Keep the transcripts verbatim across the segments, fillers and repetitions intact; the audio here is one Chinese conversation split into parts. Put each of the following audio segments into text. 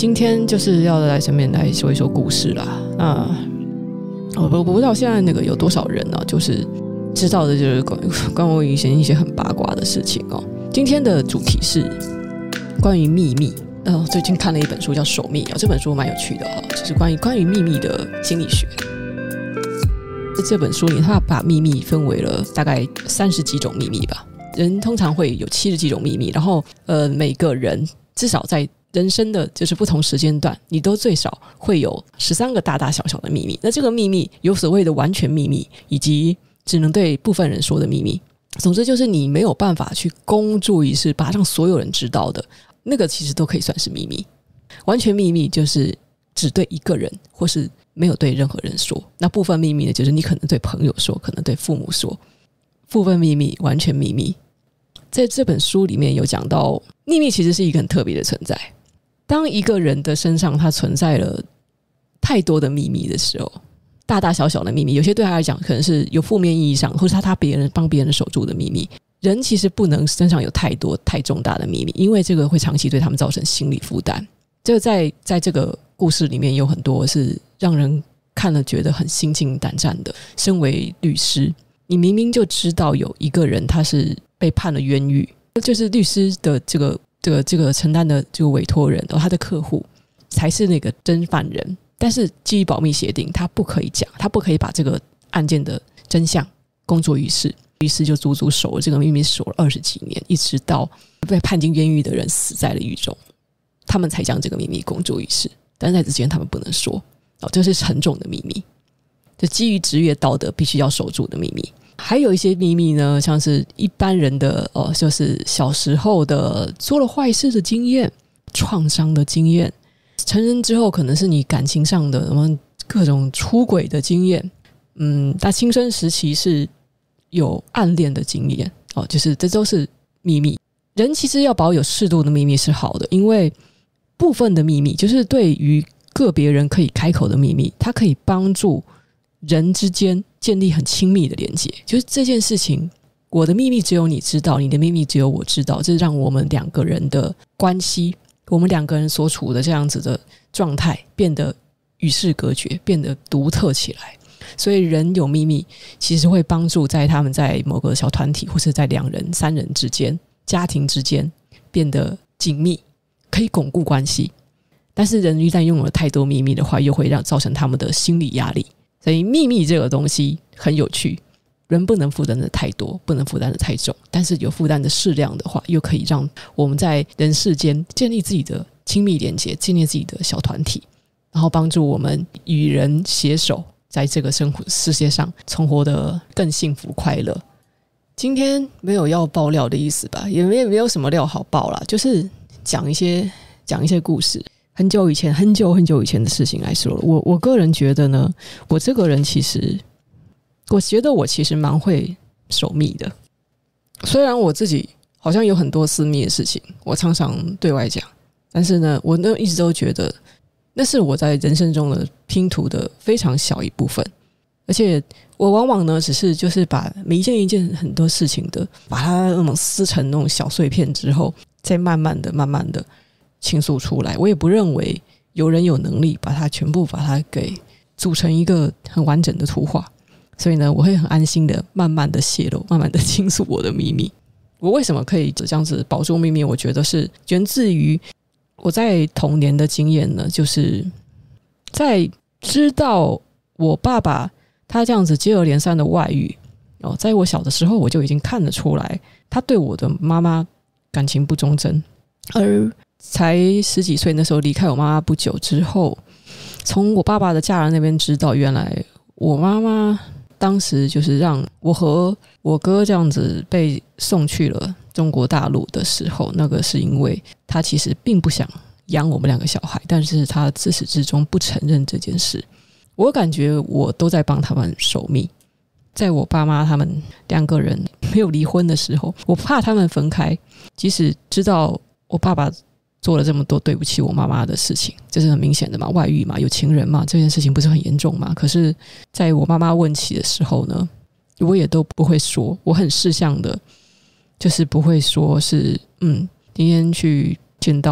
今天就是要来这边来说一说故事啦。那我不知道现在那个有多少人呢、啊，就是知道的就是关关于我以前一些很八卦的事情哦。今天的主题是关于秘密。呃，最近看了一本书叫《守密》啊，这本书蛮有趣的哈、哦，就是关于关于秘密的心理学。这本书里，他把秘密分为了大概三十几种秘密吧。人通常会有七十几种秘密，然后呃，每个人至少在人生的就是不同时间段，你都最少会有十三个大大小小的秘密。那这个秘密有所谓的完全秘密，以及只能对部分人说的秘密。总之就是你没有办法去公诸于世，把它让所有人知道的。那个其实都可以算是秘密。完全秘密就是只对一个人，或是没有对任何人说。那部分秘密呢，就是你可能对朋友说，可能对父母说。部分秘密，完全秘密。在这本书里面有讲到，秘密其实是一个很特别的存在。当一个人的身上他存在了太多的秘密的时候，大大小小的秘密，有些对他来讲可能是有负面意义上，或是他他别人帮别人守住的秘密。人其实不能身上有太多太重大的秘密，因为这个会长期对他们造成心理负担。这个在在这个故事里面有很多是让人看了觉得很心惊胆战的。身为律师，你明明就知道有一个人他是被判了冤狱，就是律师的这个这个这个承担的这个委托人，他的客户才是那个真犯人，但是基于保密协定，他不可以讲，他不可以把这个案件的真相公诸于世。律师就足足守了这个秘密，守了二十几年，一直到被判进冤狱的人死在了狱中，他们才将这个秘密公诸于世。但是在之前他们不能说，哦，这是沉重的秘密，就基于职业道德必须要守住的秘密。还有一些秘密呢，像是一般人的哦，就是小时候的做了坏事的经验、创伤的经验，成人之后可能是你感情上的什么各种出轨的经验，嗯，但青春时期是有暗恋的经验哦，就是这都是秘密。人其实要保有适度的秘密是好的，因为部分的秘密就是对于个别人可以开口的秘密，它可以帮助人之间建立很亲密的连接。就是这件事情，我的秘密只有你知道，你的秘密只有我知道，这让我们两个人的关系，我们两个人所处的这样子的状态变得与世隔绝，变得独特起来。所以人有秘密其实会帮助在他们在某个小团体或是在两人三人之间、家庭之间变得紧密，可以巩固关系。但是人一旦拥有了太多秘密的话，又会让造成他们的心理压力。所以秘密这个东西很有趣，人不能负担的太多，不能负担的太重，但是有负担的适量的话，又可以让我们在人世间建立自己的亲密连接，建立自己的小团体，然后帮助我们与人携手，在这个生活世界上存活得更幸福快乐。今天没有要爆料的意思吧，也没有没有什么料好爆啦，就是讲一些讲一些故事。很久以前很久很久以前的事情来说了，我我个人觉得呢，我这个人其实我觉得我其实蛮会守密的。虽然我自己好像有很多私密的事情我常常对外讲，但是呢，我呢一直都觉得那是我在人生中的拼图的非常小一部分，而且我往往呢只是就是把每一件一件很多事情的把它那种撕成那种小碎片之后，再慢慢的慢慢的倾诉出来。我也不认为有人有能力把它全部把它给组成一个很完整的图画，所以呢我会很安心的慢慢的泄露，慢慢的倾诉我的秘密。我为什么可以这样子保住秘密，我觉得是源自于我在童年的经验呢，就是在知道我爸爸他这样子接二连三的外遇哦，在我小的时候我就已经看得出来他对我的妈妈感情不忠贞。而才十几岁那时候离开我妈妈不久之后，从我爸爸的家人那边知道，原来我妈妈当时就是让我和我哥这样子被送去了中国大陆的时候，那个是因为他其实并不想养我们两个小孩，但是他自始至终不承认这件事。我感觉我都在帮他们守密。在我爸妈他们两个人没有离婚的时候，我怕他们分开，即使知道我爸爸做了这么多对不起我妈妈的事情，这是很明显的嘛，外遇嘛，有情人嘛，这件事情不是很严重嘛？可是在我妈妈问起的时候呢，我也都不会说，我很识相的，就是不会说是嗯，今天去见到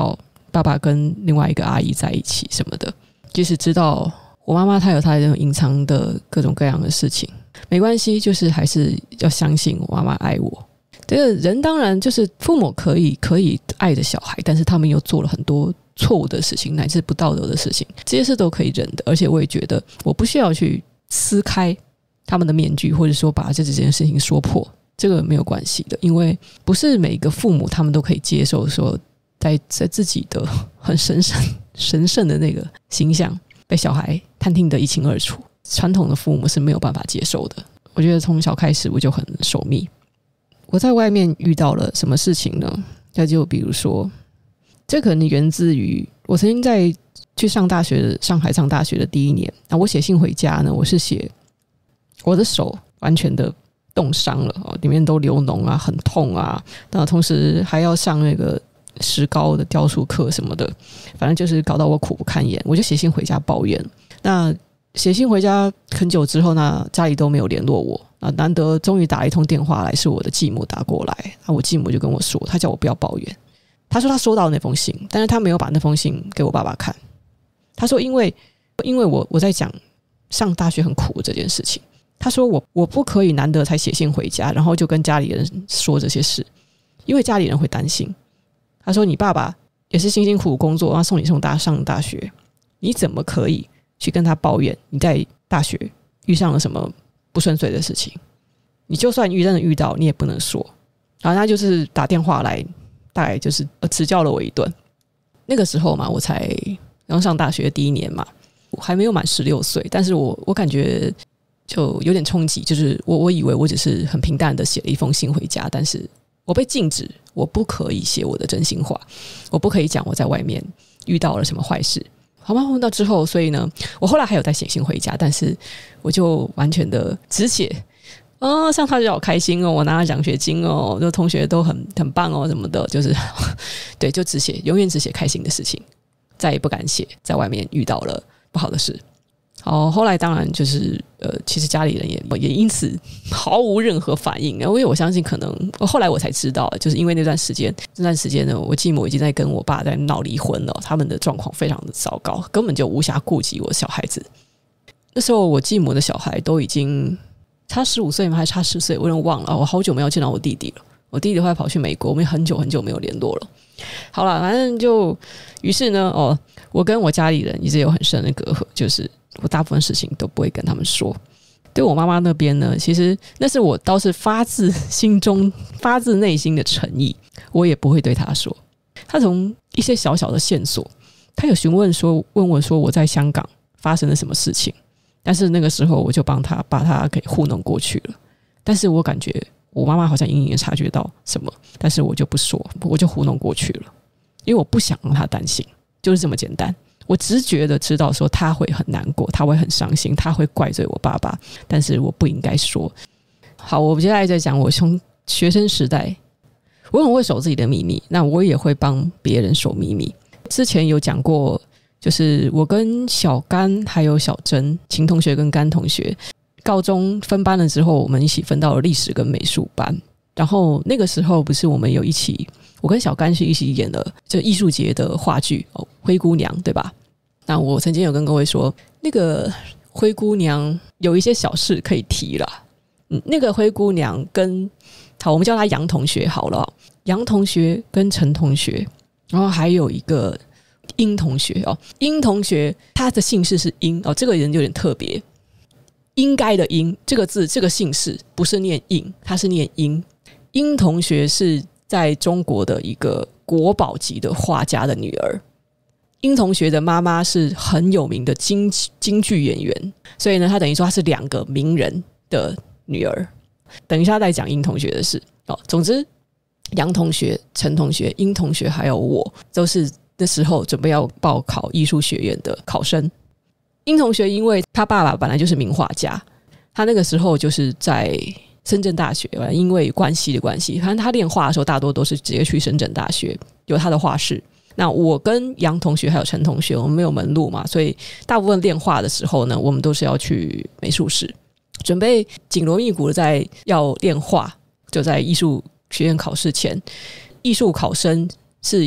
爸爸跟另外一个阿姨在一起什么的。即使知道我妈妈她有她的隐藏的各种各样的事情，没关系，就是还是要相信我妈妈爱我。这个人当然就是父母可以可以爱着小孩，但是他们又做了很多错误的事情，乃至不道德的事情，这些事都可以忍的。而且我也觉得我不需要去撕开他们的面具，或者说把这件事情说破，这个没有关系的。因为不是每个父母他们都可以接受说在在自己的很神圣神圣的那个形象被小孩探听得一清二楚，传统的父母是没有办法接受的。我觉得从小开始我就很守密。我在外面遇到了什么事情呢？那就比如说，这可能源自于我曾经在去上大学的上海上大学的第一年，那我写信回家呢，我是写我的手完全的冻伤了，哦，里面都流脓啊，很痛啊，那同时还要上那个石膏的雕塑课什么的，反正就是搞到我苦不堪言，我就写信回家抱怨。那写信回家很久之后呢，家里都没有联络我，啊，难得终于打一通电话来，是我的继母打过来，啊，我继母就跟我说，他叫我不要抱怨，他说他收到那封信，但是他没有把那封信给我爸爸看，他说因为因为我我在讲上大学很苦这件事情，他说我我不可以难得才写信回家，然后就跟家里人说这些事，因为家里人会担心。他说你爸爸也是辛辛苦苦工作，然后送你送大上大学，你怎么可以去跟他抱怨你在大学遇上了什么不顺遂的事情？你就算遇真的遇到，你也不能说。然后他就是打电话来，大概就是指教了我一顿。那个时候嘛，我才刚上大学第一年嘛，我还没有满十六岁，但是我我感觉就有点冲击，就是我我以为我只是很平淡的写了一封信回家，但是我被禁止，我不可以写我的真心话，我不可以讲我在外面遇到了什么坏事。好吗？那之后，所以呢，我后来还有再写信回家，但是我就完全的只写，哦，上大学好开心哦，我拿了奖学金哦，就同学都很很棒哦，什么的，就是对，就只写，永远只写开心的事情，再也不敢写在外面遇到了不好的事。好，后来当然就是呃，其实家里人也也因此毫无任何反应，因为我相信可能后来我才知道，就是因为那段时间，这段时间呢，我继母已经在跟我爸在闹离婚了，他们的状况非常的糟糕，根本就无暇顾及我小孩子。那时候我继母的小孩都已经差十五岁吗？还差十岁？我有点忘了，我好久没有见到我弟弟了。我弟弟后来跑去美国，我们很久很久没有联络了。好了，反正就于是呢，哦，我跟我家里人一直有很深的隔阂，就是我大部分事情都不会跟他们说。对我妈妈那边呢，其实那是我倒是发自心中、发自内心的诚意，我也不会对她说。她从一些小小的线索，她有询问说，问我说我在香港发生了什么事情，但是那个时候我就帮她把她给糊弄过去了。但是我感觉我妈妈好像隐隐察觉到什么，但是我就不说，我就糊弄过去了，因为我不想让她担心，就是这么简单。我直觉的知道说他会很难过，他会很伤心，他会怪罪我爸爸，但是我不应该说。好，我接下来再讲我从学生时代，我很会守自己的秘密，那我也会帮别人守秘密。之前有讲过，就是我跟小甘还有小珍，秦同学跟甘同学，高中分班了之后，我们一起分到了历史跟美术班。然后那个时候不是我们有一起，我跟小甘是一起演了这艺术节的话剧哦，灰姑娘，对吧？那我曾经有跟各位说，那个灰姑娘有一些小事可以提啦。嗯，那个灰姑娘跟好，我们叫她杨同学好了，哦，杨同学跟陈同学，然后还有一个殷同学哦，殷同学他的姓氏是殷哦，这个人有点特别，应该的应这个字，这个姓氏不是念应，它是念殷。殷同学是在中国的一个国宝级的画家的女儿。殷同学的妈妈是很有名的京京剧演员，所以呢，她等于说她是两个名人的女儿。等一下再讲殷同学的事哦。总之，杨同学、陈同学、殷同学还有我，都是那时候准备要报考艺术学院的考生。殷同学因为他爸爸本来就是名画家，他那个时候就是在深圳大学，因为关系的关系，反正他练画的时候大多都是直接去深圳大学，有他的画室。那我跟杨同学还有陈同学，我们没有门路嘛，所以大部分练画的时候呢，我们都是要去美术室，准备紧锣密鼓的在要练画。就在艺术学院考试前，艺术考生是有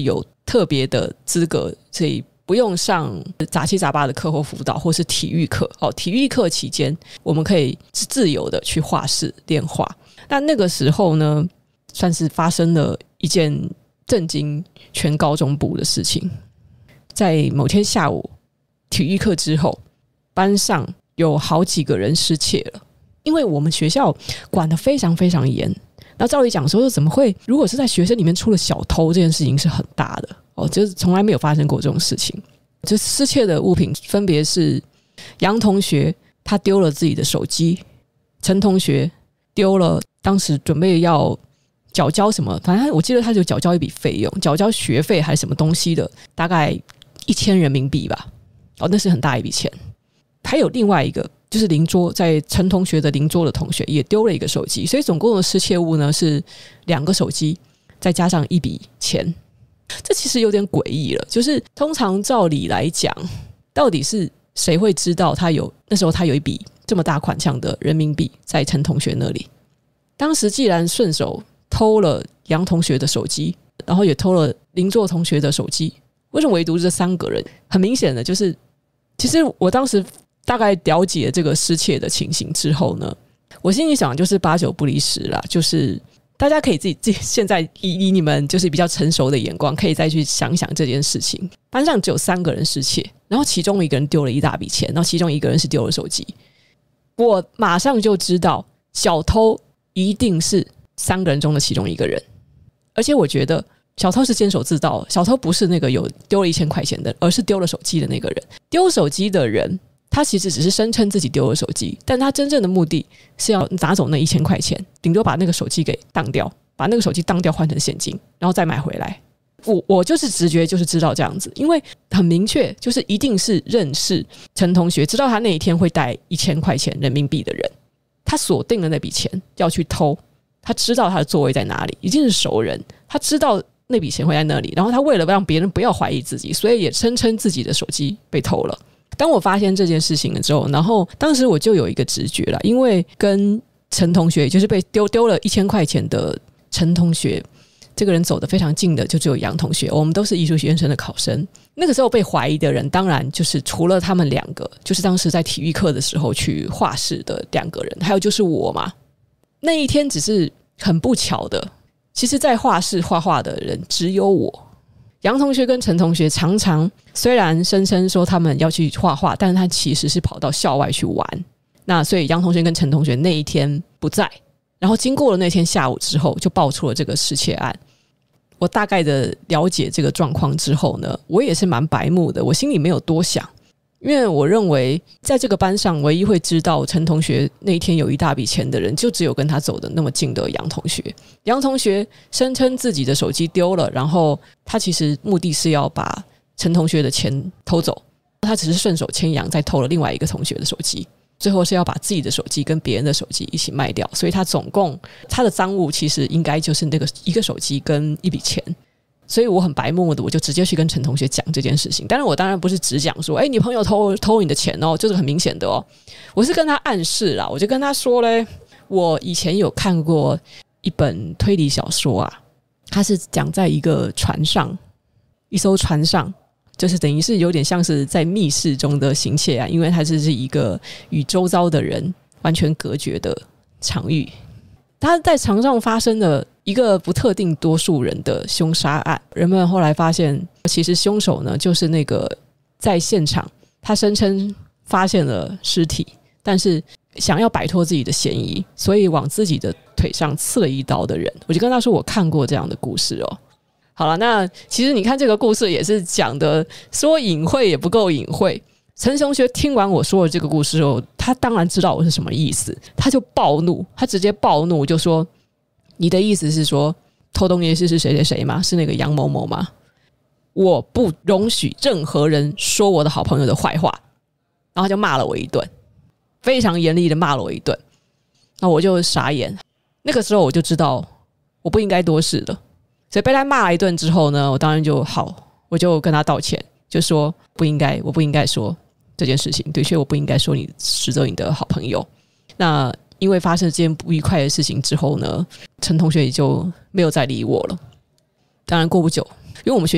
特别的资格，所以不用上杂七杂八的课后辅导或是体育课。哦，体育课期间我们可以自由的去画室练画。那那个时候呢，算是发生了一件震惊全高中部的事情。在某天下午体育课之后，班上有好几个人失窃了。因为我们学校管得非常非常严，那照理讲说怎么会，如果是在学生里面出了小偷，这件事情是很大的哦，就是从来没有发生过这种事情。就失窃的物品分别是杨同学他丢了自己的手机，陈同学丢了当时准备要缴交什么，反正我记得他就缴交一笔费用，缴交学费还是什么东西的，大概一千人民币吧。哦，那是很大一笔钱。还有另外一个就是邻桌，在陈同学的邻桌的同学也丢了一个手机，所以总共的失窃物呢是两个手机，再加上一笔钱。这其实有点诡异了，就是通常照理来讲，到底是谁会知道他有那时候他有一笔这么大款项的人民币在陈同学那里？当时既然顺手偷了杨同学的手机，然后也偷了邻座同学的手机，为什么唯独这三个人？很明显的就是，其实我当时大概了解这个失窃的情形之后呢，我心里想就是八九不离十啦，就是大家可以自己自己现在以以你们就是比较成熟的眼光，可以再去想想这件事情。班上只有三个人失窃，然后其中一个人丢了一大笔钱，然后其中一个人是丢了手机。我马上就知道小偷一定是三个人中的其中一个人，而且我觉得小偷是监守自盗，小偷不是那个有丢了一千块钱的，而是丢了手机的那个人。丢手机的人他其实只是声称自己丢了手机，但他真正的目的是要拿走那一千块钱，顶多把那个手机给当掉，把那个手机当掉换成现金，然后再买回来。我我就是直觉就是知道这样子，因为很明确，就是一定是认识陈同学，知道他那一天会带一千块钱人民币的人，他锁定了那笔钱要去偷，他知道他的座位在哪里，一定是熟人，他知道那笔钱会在那里，然后他为了让别人不要怀疑自己，所以也声称自己的手机被偷了。当我发现这件事情了之后，然后当时我就有一个直觉了，因为跟陈同学，也就是被丢丢了一千块钱的陈同学，这个人走得非常近的就只有杨同学，我们都是艺术学院生的考生。那个时候被怀疑的人，当然就是除了他们两个，就是当时在体育课的时候去画室的两个人，还有就是我嘛。那一天只是很不巧的，其实在画室画画的人只有我。杨同学跟陈同学常常虽然声称说他们要去画画，但是他其实是跑到校外去玩。那所以杨同学跟陈同学那一天不在，然后经过了那天下午之后，就爆出了这个失窃案。我大概的了解这个状况之后呢，我也是蛮白目的，我心里没有多想，因为我认为在这个班上唯一会知道陈同学那一天有一大笔钱的人，就只有跟他走的那么近的杨同学。杨同学声称自己的手机丢了，然后他其实目的是要把陈同学的钱偷走，他只是顺手牵羊再偷了另外一个同学的手机，最后是要把自己的手机跟别人的手机一起卖掉，所以他总共他的赃物其实应该就是那个一个手机跟一笔钱。所以我很白目的，我就直接去跟陈同学讲这件事情。当然我当然不是只讲说哎，你朋友偷偷你的钱哦，这是很明显的哦。我是跟他暗示啦，我就跟他说嘞，我以前有看过一本推理小说啊，它是讲在一个船上，一艘船上，就是等于是有点像是在密室中的行窃啊，因为它是一个与周遭的人完全隔绝的场域。它在船上发生了一个不特定多数人的凶杀案，人们后来发现其实凶手呢就是那个在现场他声称发现了尸体，但是想要摆脱自己的嫌疑，所以往自己的腿上刺了一刀的人。我就跟他说我看过这样的故事哦。好了，那其实你看这个故事也是讲的说隐晦也不够隐晦。陈同学听完我说的这个故事后，他当然知道我是什么意思，他就暴怒，他直接暴怒就说，你的意思是说偷东西是谁谁谁吗？是那个杨某某吗？我不容许任何人说我的好朋友的坏话。然后就骂了我一顿，非常严厉的骂了我一顿。那我就傻眼，那个时候我就知道我不应该多事了。所以被他骂了一顿之后呢，我当然就好，我就跟他道歉，就说不应该，我不应该说这件事情，的确我不应该说你指责你的好朋友。那因为发生这件不愉快的事情之后呢，陈同学也就没有再理我了。当然过不久，因为我们学校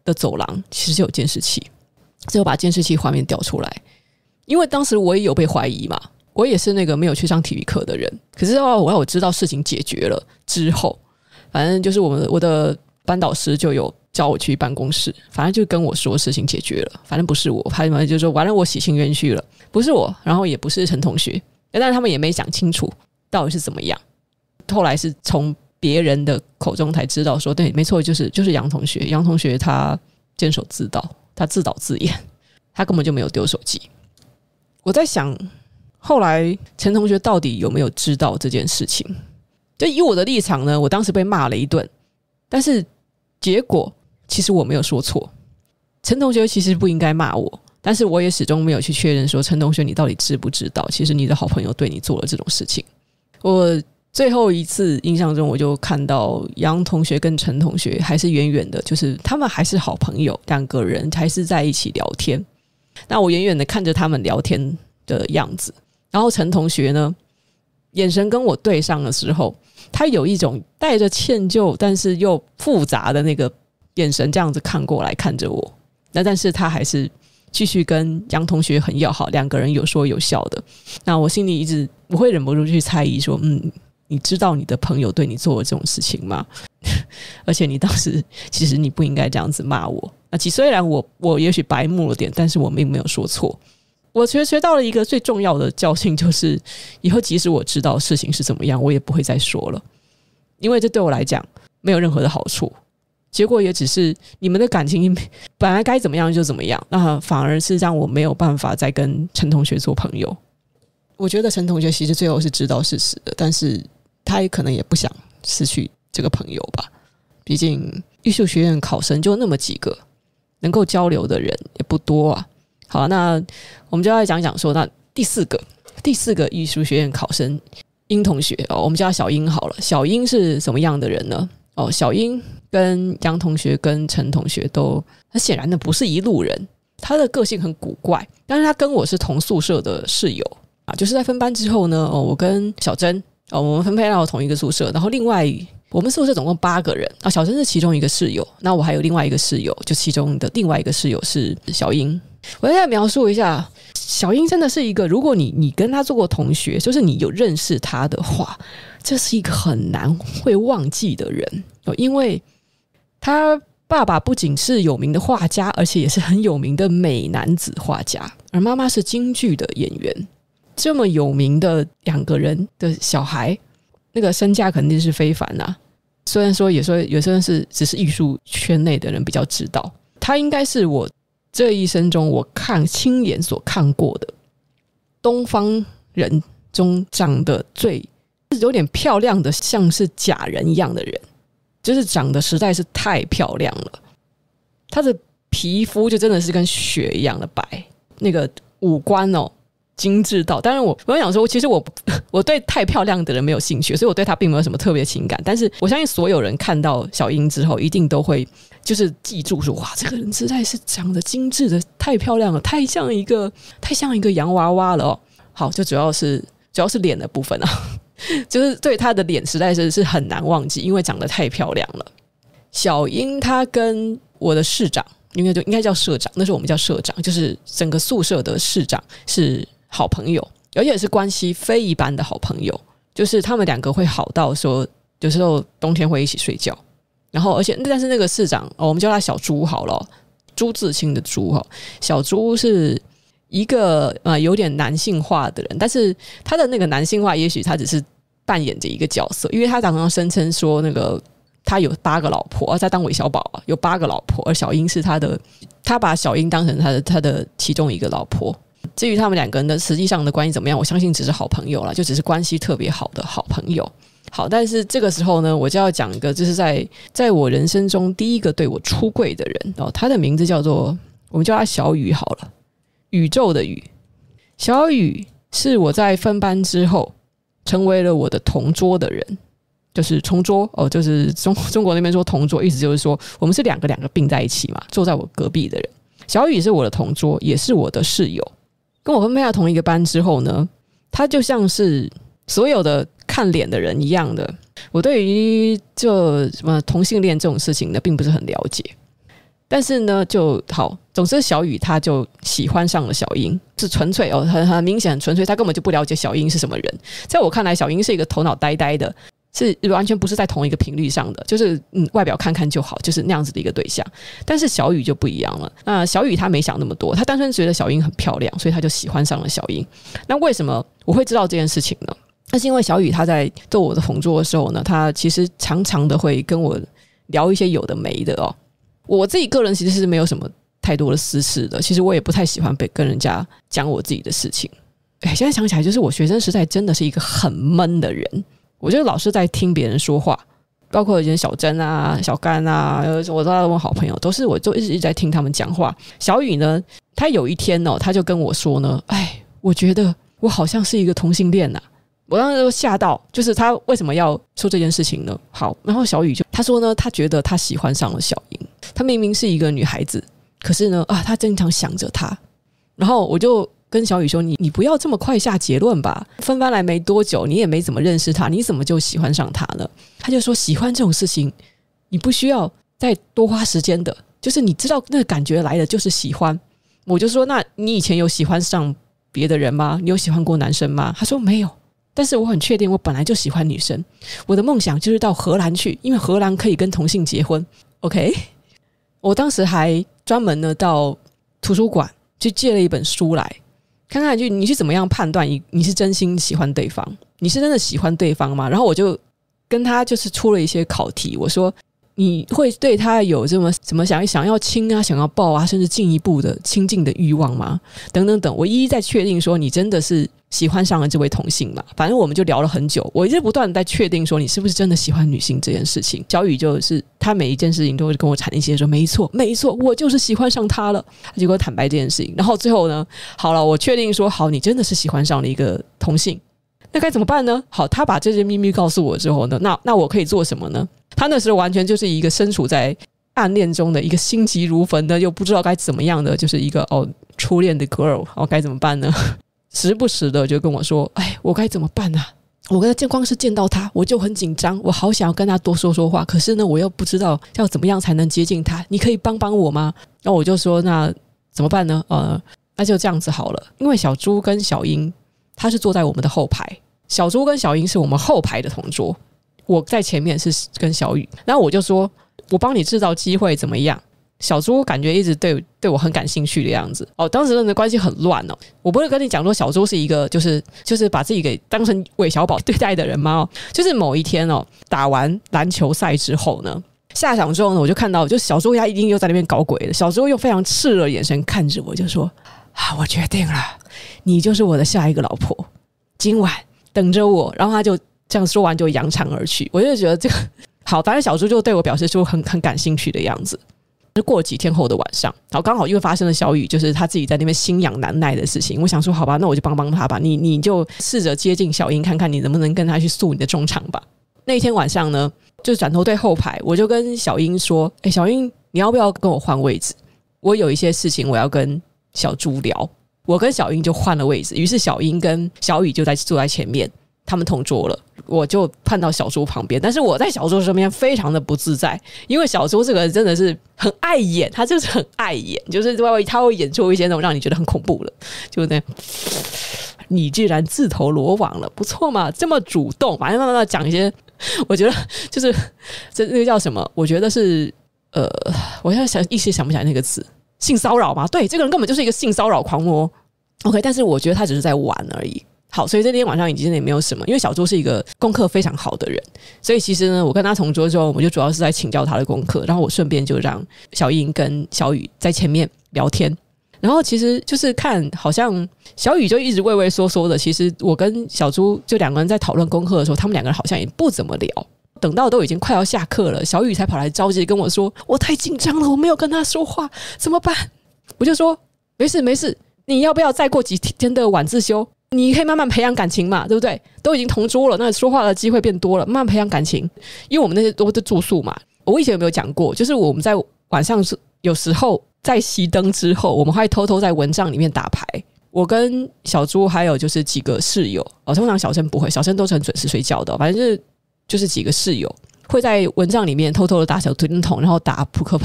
的走廊其实有监视器，只有把监视器画面调出来。因为当时我也有被怀疑嘛，我也是那个没有去上体育课的人。可是哦，我我知道事情解决了之后，反正就是我们我的班导师就有叫我去办公室，反正就跟我说事情解决了，反正不是我，他们就说完了我洗清冤屈了，不是我，然后也不是陈同学，但是他们也没讲清楚到底是怎么样。后来是从别人的口中才知道说，对，没错，就是就是杨同学，杨同学他监守自盗，他自导自演，他根本就没有丢手机。我在想，后来陈同学到底有没有知道这件事情？就以我的立场呢，我当时被骂了一顿，但是结果其实我没有说错，陈同学其实不应该骂我，但是我也始终没有去确认说，陈同学你到底知不知道，其实你的好朋友对你做了这种事情。我最后一次印象中，我就看到杨同学跟陈同学还是远远的，就是他们还是好朋友，两个人还是在一起聊天。那我远远的看着他们聊天的样子，然后陈同学呢，眼神跟我对上的时候，他有一种带着歉疚但是又复杂的那个眼神，这样子看过来看着我。那但是他还是继续跟杨同学很要好，两个人有说有笑的。那我心里一直不会忍不住去猜疑说，嗯，你知道你的朋友对你做了这种事情吗？而且你当时其实你不应该这样子骂我。那其实虽然我我也许白目了点，但是我并没有说错。我学学到了一个最重要的教训，就是以后即使我知道事情是怎么样，我也不会再说了，因为这对我来讲没有任何的好处。结果也只是你们的感情本来该怎么样就怎么样，那反而是让我没有办法再跟陈同学做朋友。我觉得陈同学其实最后是知道事实的，但是他也可能也不想失去这个朋友吧。毕竟艺术学院考生就那么几个，能够交流的人也不多啊。好，那我们就要讲讲说，那第四个第四个艺术学院考生殷同学哦，我们叫他小殷好了。小殷是什么样的人呢？哦，小殷跟杨同学跟陈同学都，他显然的不是一路人，他的个性很古怪，但是他跟我是同宿舍的室友啊，就是在分班之后呢，哦，我跟小珍哦，我们分配到同一个宿舍，然后另外我们宿舍总共八个人啊，小珍是其中一个室友，那我还有另外一个室友，就其中的另外一个室友是小殷。我再描述一下，小殷真的是一个，如果你你跟他做过同学，就是你有认识他的话，这是一个很难会忘记的人，因为他爸爸不仅是有名的画家，而且也是很有名的美男子画家，而妈妈是京剧的演员。这么有名的两个人的小孩，那个身价肯定是非凡啊。虽然说也说有些人是只是艺术圈内的人比较知道，他应该是我这一生中我看亲眼所看过的东方人中长得最有点漂亮的，像是假人一样的人，就是长得实在是太漂亮了。他的皮肤就真的是跟雪一样的白，那个五官哦精致到，当然我我想说，其实我我对太漂亮的人没有兴趣，所以我对他并没有什么特别情感。但是我相信所有人看到小殷之后，一定都会就是记住说，哇，这个人实在是长得精致的，太漂亮了，太像一个太像一个洋娃娃了哦。好，就主要是主要是脸的部分啊，就是对他的脸实在是是很难忘记，因为长得太漂亮了。小殷他跟我的室长，应该就应该叫社长，那时候我们叫社长，就是整个宿舍的室长是好朋友，而且是关系非一般的好朋友，就是他们两个会好到说有时候冬天会一起睡觉，然后而且但是那个室长、哦、我们叫他小朱好了，朱自清的朱，小朱是一个、呃、有点男性化的人，但是他的那个男性化也许他只是扮演着一个角色，因为他常常声称说那个他有八个老婆，在当韦小宝有八个老婆，而小殷是他的，他把小殷当成他的他的其中一个老婆。至于他们两个人的实际上的关系怎么样，我相信只是好朋友啦，就只是关系特别好的好朋友。好，但是这个时候呢，我就要讲一个，就是在在我人生中第一个对我出柜的人哦，他的名字叫做，我们叫他小雨好了，宇宙的宇。小雨是我在分班之后成为了我的同桌的人，就是同桌哦，就是中中国那边说同桌，意思就是说我们是两个两个并在一起嘛，坐在我隔壁的人。小雨是我的同桌，也是我的室友。跟我分配到同一个班之后呢，他就像是所有的看脸的人一样的，我对于这什么同性恋这种事情呢，并不是很了解。 但是呢就好，总之小雨他就喜欢上了小英，是纯粹哦，很很明显很纯粹，他根本就不了解小英是什么人。在我看来，小英是一个头脑呆呆的，是完全不是在同一个频率上的，就是嗯，外表看看就好，就是那样子的一个对象。但是小雨就不一样了，那小雨他没想那么多，他单纯觉得小英很漂亮，所以他就喜欢上了小英。那为什么我会知道这件事情呢？那是因为小雨他在做我的同桌的时候呢，他其实常常的会跟我聊一些有的没的哦。我自己个人其实是没有什么太多的私事的，其实我也不太喜欢被跟人家讲我自己的事情。哎，现在想起来，就是我学生时代真的是一个很闷的人，我觉得老是在听别人说话，包括以前小珍啊、小甘啊，我都我好朋友，都是我就一直一直在听他们讲话。小雨呢，他有一天哦，他就跟我说呢，哎，我觉得我好像是一个同性恋啊。我当时就吓到，就是他为什么要说这件事情呢？好，然后小雨就他说呢，他觉得他喜欢上了小英，他明明是一个女孩子，可是呢，啊，他经常想着她。然后我就跟小雨说，你你不要这么快下结论吧，分班来没多久，你也没怎么认识他，你怎么就喜欢上他呢？他就说，喜欢这种事情，你不需要再多花时间的，就是你知道那个感觉来的就是喜欢。我就说，那你以前有喜欢上别的人吗？你有喜欢过男生吗？他说没有。但是我很确定我本来就喜欢女生，我的梦想就是到荷兰去，因为荷兰可以跟同性结婚。 OK， 我当时还专门呢到图书馆去借了一本书来看看，就你是怎么样判断你是真心喜欢对方，你是真的喜欢对方吗？然后我就跟他就是出了一些考题，我说你会对他有这么什么想想要亲啊，想要抱啊，甚至进一步的亲近的欲望吗？等等等，我一一在确定说你真的是喜欢上了这位同性嘛。反正我们就聊了很久，我一直不断的在确定说你是不是真的喜欢女性这件事情。小雨就是他每一件事情都会跟我阐一些说没错没错，我就是喜欢上他了，他就跟我坦白这件事情。然后最后呢，好了，我确定说好，你真的是喜欢上了一个同性，那该怎么办呢？好，他把这些秘密告诉我之后呢，那那我可以做什么呢？他那时候完全就是一个身处在暗恋中的一个心急如焚的又不知道该怎么样的，就是一个哦初恋的 girl， 哦该怎么办呢？时不时的就跟我说，哎，我该怎么办啊？我跟他光是见到他我就很紧张，我好想要跟他多说说话，可是呢我又不知道要怎么样才能接近他，你可以帮帮我吗？然后我就说那怎么办呢？呃，那就这样子好了，因为小猪跟小英他是坐在我们的后排，小猪跟小英是我们后排的同桌，我在前面是跟小雨，然后我就说我帮你制造机会怎么样？小猪感觉一直对对我很感兴趣的样子哦，当时人的关系很乱哦。我不会跟你讲说小猪是一个就是就是把自己给当成韦小宝对待的人吗？哦，就是某一天哦，打完篮球赛之后呢，下场之后呢，我就看到就小猪他一定又在那边搞鬼了，小猪用非常炽热的眼神看着我，就说啊，我决定了，你就是我的下一个老婆，今晚等着我。然后他就这样说完就扬长而去。我就觉得这个好，反正小猪就对我表示出很很感兴趣的样子。就过了几天后的晚上，然后刚好因为发生了小雨就是他自己在那边心痒难耐的事情，我想说好吧，那我就帮帮他吧，你你就试着接近小英看看你能不能跟他去诉你的衷肠吧。那一天晚上呢，就转头对后排，我就跟小英说，哎，小英你要不要跟我换位置，我有一些事情我要跟小猪聊。我跟小英就换了位置，于是小英跟小雨就在坐在前面，他们同桌了，我就判到小猪旁边。但是我在小猪身边非常的不自在，因为小猪这个人真的是很爱演，他就是很爱演，就是他会演出一些那种让你觉得很恐怖的，就那你居然自投罗网了，不错嘛，这么主动，反正慢慢讲一些，我觉得就是这那个叫什么？我觉得是呃，我现在想一时想不起来那个词，性骚扰嘛？对，这个人根本就是一个性骚扰狂魔。OK， 但是我觉得他只是在玩而已。好，所以这天晚上已经也没有什么，因为小猪是一个功课非常好的人，所以其实呢，我跟他同桌之后，我就主要是在请教他的功课，然后我顺便就让小英跟小雨在前面聊天。然后其实就是看，好像小雨就一直畏畏缩缩的，其实我跟小猪就两个人在讨论功课的时候，他们两个人好像也不怎么聊。等到都已经快要下课了，小雨才跑来着急跟我说，我太紧张了，我没有跟他说话，怎么办？我就说没事没事，你要不要再过几天的晚自修，你可以慢慢培养感情嘛，对不对？都已经同桌了，那说话的机会变多了，慢慢培养感情。因为我们那些都是住宿嘛，我以前有没有讲过，就是我们在晚上有时候在熄灯之后，我们会偷偷在蚊帐里面打牌。我跟小猪还有就是几个室友哦，通常小生不会，小生都是很准时睡觉的，反正就是就是几个室友会在蚊帐里面偷偷的打小推灯筒，然后打扑克牌。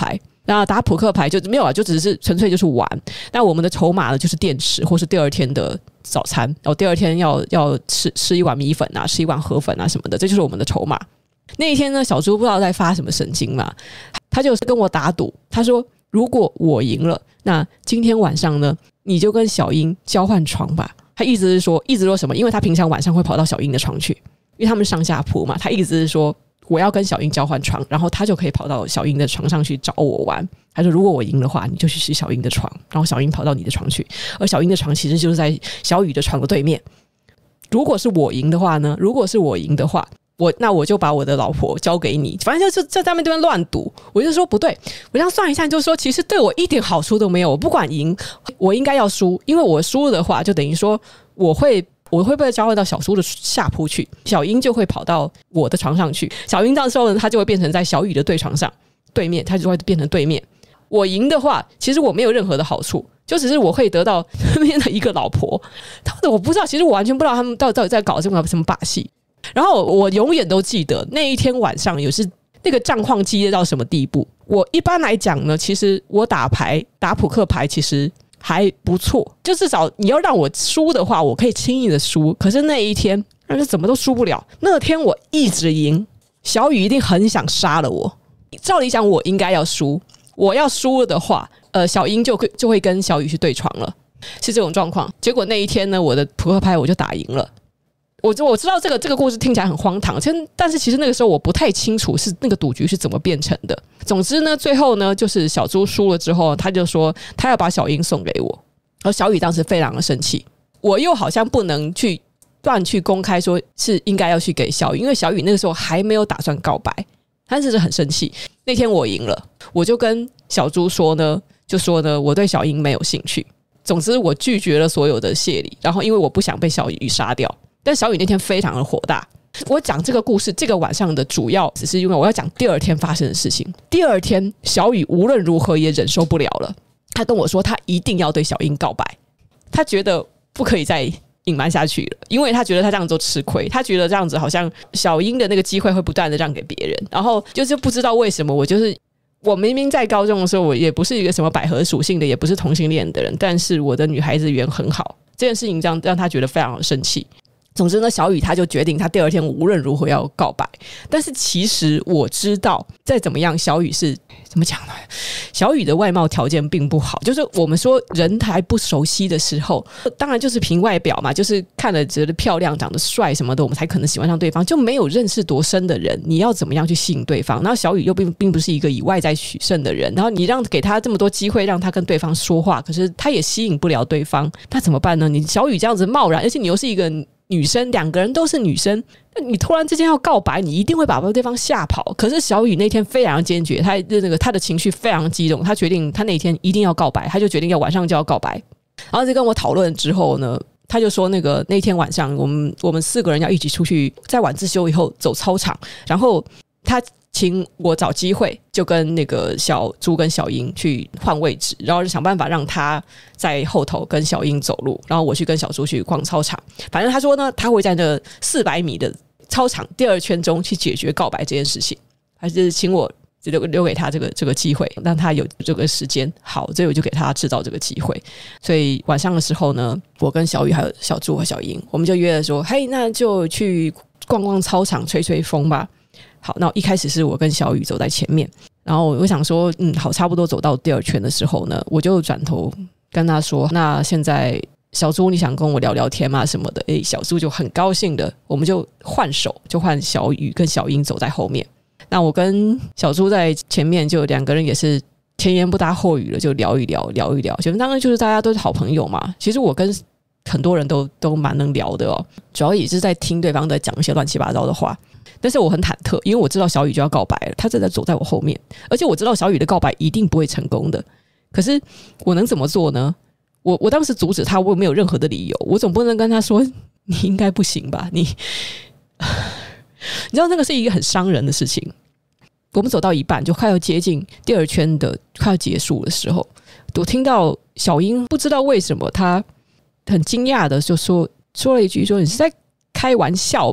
那打扑克牌就没有啊，就只是纯粹就是玩。那我们的筹码呢，就是电池或是第二天的早餐，然后第二天要要吃吃一碗米粉啊，吃一碗河粉啊什么的，这就是我们的筹码。那一天呢，小猪不知道在发什么神经嘛，他就跟我打赌，他说如果我赢了，那今天晚上呢，你就跟小英交换床吧。他意思是说，意思说什么？因为他平常晚上会跑到小英的床去，因为他们上下铺嘛。他意思是说，我要跟小英交换床，然后他就可以跑到小英的床上去找我玩。他说，如果我赢的话，你就去洗小英的床，然后小英跑到你的床去，而小英的床其实就是在小雨的床的对面。如果是我赢的话呢？如果是我赢的话，我那我就把我的老婆交给你，反正就就在那边乱赌。我就说不对，我这样算一下，就是说其实对我一点好处都没有。我不管赢，我应该要输，因为我输了的话，就等于说我会我会被交换到小猪的下铺去，小英就会跑到我的床上去。小英到时候呢，他就会变成在小雨的对床上对面，他就会变成对面。我赢的话，其实我没有任何的好处，就只是我会得到那边的一个老婆。我不知道，其实我完全不知道他们到底到底在搞什么什么把戏。然后我永远都记得那一天晚上有是那个战况激烈到什么地步。我一般来讲呢，其实我打牌打扑克牌其实还不错，就至少你要让我输的话，我可以轻易的输。可是那一天，但是怎么都输不了。那天我一直赢，小雨一定很想杀了我。照理讲，我应该要输，我要输了的话，呃，小英就就会跟小雨去对床了，是这种状况。结果那一天呢，我的扑克牌我就打赢了。我我知道这个这个故事听起来很荒唐，但是其实那个时候我不太清楚是那个赌局是怎么变成的。总之呢，最后呢，就是小猪输了之后，他就说他要把小英送给我，而小雨当时非常的生气，我又好像不能去乱去公开说是应该要去给小雨，因为小雨那个时候还没有打算告白，他只是很生气。那天我赢了，我就跟小猪说呢，就说呢我对小英没有兴趣。总之我拒绝了所有的谢礼，然后因为我不想被小雨杀掉。但小雨那天非常的火大。我讲这个故事，这个晚上的主要只是因为我要讲第二天发生的事情。第二天，小雨无论如何也忍受不了了，他跟我说他一定要对小英告白，他觉得不可以再隐瞒下去了，因为他觉得他这样做吃亏，他觉得这样子好像小英的那个机会会不断的让给别人，然后就是不知道为什么我就是我明明在高中的时候我也不是一个什么百合属性的，也不是同性恋的人，但是我的女孩子缘很好，这件事情让让他觉得非常的生气。总之呢，小雨他就决定他第二天无论如何要告白。但是其实我知道再怎么样，小雨是怎么讲呢？小雨的外貌条件并不好，就是我们说人还不熟悉的时候，当然就是凭外表嘛，就是看了觉得漂亮长得帅什么的，我们才可能喜欢上对方，就没有认识多深的人，你要怎么样去吸引对方？然后小雨又 并, 并不是一个以外在取胜的人，然后你让给他这么多机会让他跟对方说话，可是他也吸引不了对方，那怎么办呢？你小雨这样子贸然，而且你又是一个女生，两个人都是女生，你突然之间要告白，你一定会把对方吓跑。可是小雨那天非常坚决，他那个他的情绪非常激动，他决定他那天一定要告白，他就决定要晚上就要告白。然后在跟我讨论之后呢，他就说那个那天晚上我们我们四个人要一起出去，在晚自修以后走操场，然后他请我找机会就跟那个小猪跟小英去换位置，然后就想办法让他在后头跟小英走路，然后我去跟小猪去逛操场。反正他说呢，他会在那四百米的操场第二圈中去解决告白这件事情，还是请我留留给他这个这个机会，让他有这个时间。好，所以我就给他制造这个机会。所以晚上的时候呢，我跟小雨还有小猪和小英，我们就约了说，嘿，那就去逛逛操场，吹吹风吧。好，那一开始是我跟小雨走在前面，然后我想说，嗯，好，差不多走到第二圈的时候呢，我就转头跟他说，那现在小猪你想跟我聊聊天吗什么的。诶，小猪就很高兴的，我们就换手，就换小雨跟小英走在后面，那我跟小猪在前面，就两个人也是前言不搭后语了，就聊一聊聊一聊，就当然就是大家都是好朋友嘛。其实我跟很多人都都蛮能聊的哦，主要也是在听对方在讲一些乱七八糟的话。但是我很忐忑，因为我知道小雨就要告白了，他正在走在我后面，而且我知道小雨的告白一定不会成功的。可是我能怎么做呢？我我当时阻止他，我没有任何的理由，我总不能跟他说你应该不行吧？你你知道那个是一个很伤人的事情。我们走到一半，就快要接近第二圈的快要结束的时候，我听到小英不知道为什么他很惊讶的就说说了一句说你是在开玩笑吧？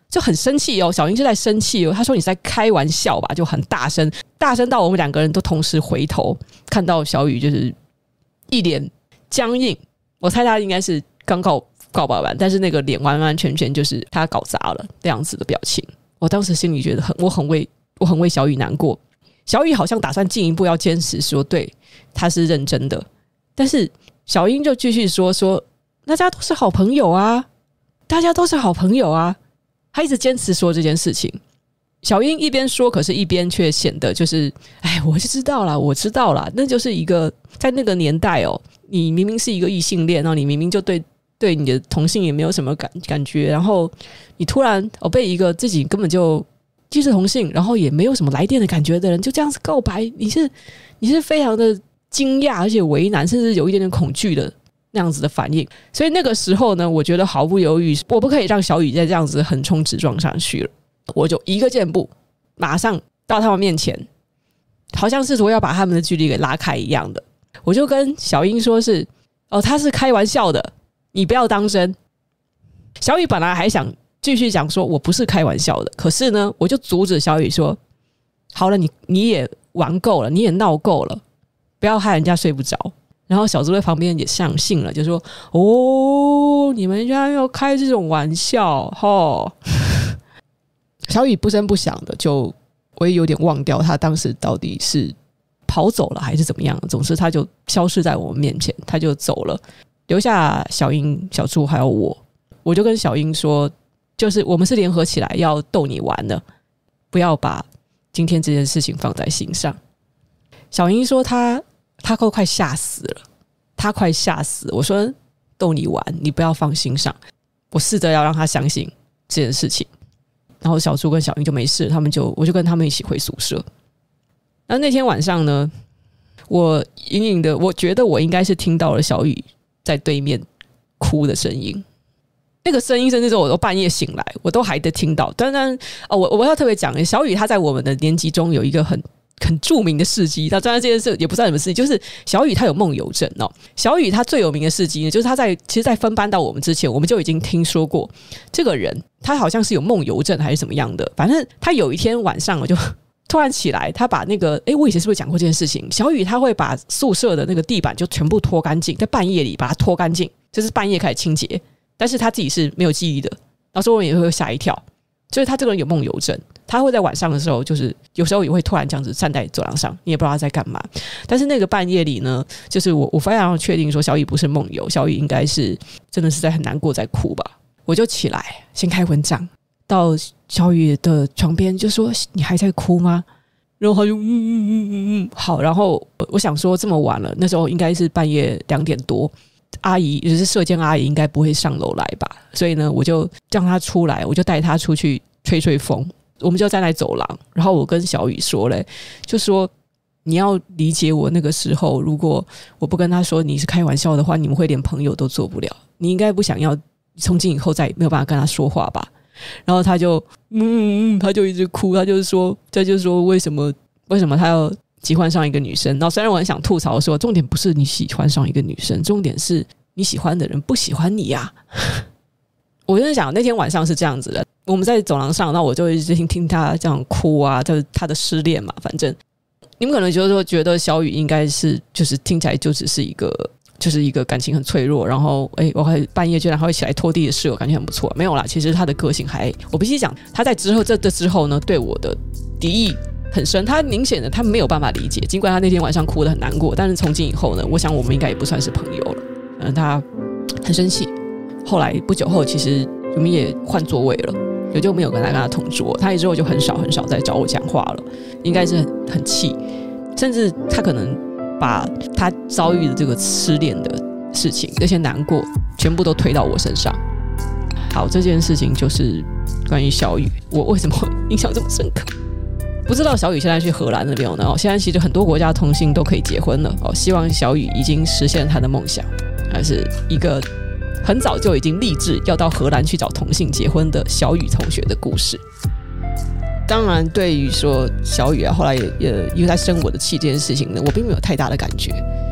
就很生气哦，小英就在生气哦，他说你是在开玩笑吧，就很大声，大声到我们两个人都同时回头看到小雨就是一脸僵硬，我猜他应该是刚告告白完，但是那个脸完完全全就是他搞砸了这样子的表情。我当时心里觉得很，我很为我很为小雨难过。小雨好像打算进一步要坚持说，对，他是认真的，但是小英就继续说说，大家都是好朋友啊，大家都是好朋友啊。他一直坚持说这件事情，小英一边说，可是一边却显得就是，哎，我就知道啦，我知道啦，那就是一个在那个年代哦，你明明是一个异性恋，然后你明明就对对你的同性也没有什么感感觉，然后你突然哦被一个自己根本就既是同性，然后也没有什么来电的感觉的人就这样子告白，你是你是非常的惊讶，而且为难，甚至有一点点恐惧的。那样子的反应，所以那个时候呢，我觉得毫不犹豫，我不可以让小雨再这样子横冲直撞上去了，我就一个箭步，马上到他们面前，好像是说要把他们的距离给拉开一样的，我就跟小英说是，哦，他是开玩笑的，你不要当真。小雨本来还想继续讲说我不是开玩笑的，可是呢，我就阻止小雨说，好了，你你也玩够了，你也闹够了，不要害人家睡不着。然后小猪在旁边也相信了，就说：“哦，你们家要开这种玩笑，吼！”小雨不声不响的，就我也有点忘掉他当时到底是跑走了还是怎么样。总之，他就消失在我们面前，他就走了，留下小英、小猪还有我。我就跟小英说，就是我们是联合起来要逗你玩的，不要把今天这件事情放在心上。小英说他。他都快吓死了，他快吓死了。我说逗你玩，你不要放心上。我试着要让他相信这件事情，然后小猪跟小英就没事，他们就我就跟他们一起回宿舍。那那天晚上呢，我隐隐的我觉得我应该是听到了小雨在对面哭的声音，那个声音甚至是我都半夜醒来我都还得听到。当然、哦、我我要特别讲，小雨他在我们的年级中有一个很很著名的事迹，那当然这件事也不知道什么事迹，就是小雨他有梦游症哦。小雨他最有名的事迹呢，就是他在其实，在分班到我们之前，我们就已经听说过这个人，他好像是有梦游症还是怎么样的。反正他有一天晚上，我就突然起来，他把那个，哎，我以前是不是讲过这件事情？小雨他会把宿舍的那个地板就全部拖干净，在半夜里把它拖干净，就是半夜开始清洁，但是他自己是没有记忆的，然后所以我们也会吓一跳。所以他这个人有梦游症，他会在晚上的时候，就是有时候也会突然这样子站在走廊上，你也不知道他在干嘛。但是那个半夜里呢，就是我我非常确定说小雨不是梦游，小雨应该是真的是在很难过，在哭吧。我就起来先开文章，到小雨的床边就说：“你还在哭吗？”然后他就嗯嗯嗯嗯嗯，好。然后我想说这么晚了，那时候应该是半夜两点多。阿姨也就是舍监阿姨应该不会上楼来吧，所以呢我就让她出来，我就带她出去吹吹风，我们就站在走廊，然后我跟小雨说嘞，就说你要理解我那个时候，如果我不跟她说你是开玩笑的话，你们会连朋友都做不了，你应该不想要从今以后再没有办法跟她说话吧。然后她就嗯嗯，她就一直哭，她就是说她就说为什么为什么她要喜欢上一个女生。然后虽然我很想吐槽说重点不是你喜欢上一个女生，重点是你喜欢的人不喜欢你呀、啊。我真的想那天晚上是这样子的，我们在走廊上，那我就一直听听他这样哭啊，他他的失恋嘛。反正你们可能就是说觉得小雨应该是就是听起来就只是一个就是一个感情很脆弱，然后哎，我还半夜居然还会起来拖地的室友，感觉很不错。没有啦，其实他的个性还，我必须讲，他在之后这这之后呢，对我的敌意很深。他明显的他没有办法理解，尽管他那天晚上哭得很难过，但是从今以后呢，我想我们应该也不算是朋友了。嗯，他很生气。后来不久后，其实我们也换座位了，也就没有跟他跟他同桌。他之后就很少很少再找我讲话了，应该是很很气，甚至他可能把他遭遇的这个失恋的事情，这些难过，全部都推到我身上。好，这件事情就是关于小雨，我为什么印象这么深刻？不知道小雨现在去荷兰那边呢？现在其实很多国家同性都可以结婚了哦。希望小雨已经实现他的梦想，还是一个很早就已经立志要到荷兰去找同性结婚的小雨同学的故事。当然，对于说小雨啊，后来也也因为他生我的气这件事情呢，我并没有太大的感觉。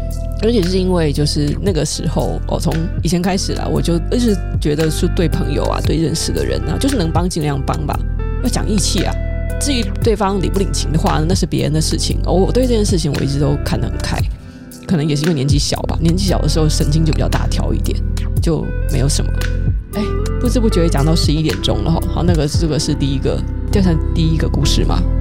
而且是因为就是那个时候哦，从以前开始啦，我就一直觉得是对朋友啊，对认识的人啊，就是能帮尽量帮吧，要讲义气啊。至于对方领不领情的话，那是别人的事情哦。我对这件事情我一直都看得很开，可能也是因为年纪小吧，年纪小的时候神经就比较大条一点，就没有什么。哎，不知不觉讲到十一点钟了哈。好，那个这个是第一个，就算第一个故事嘛。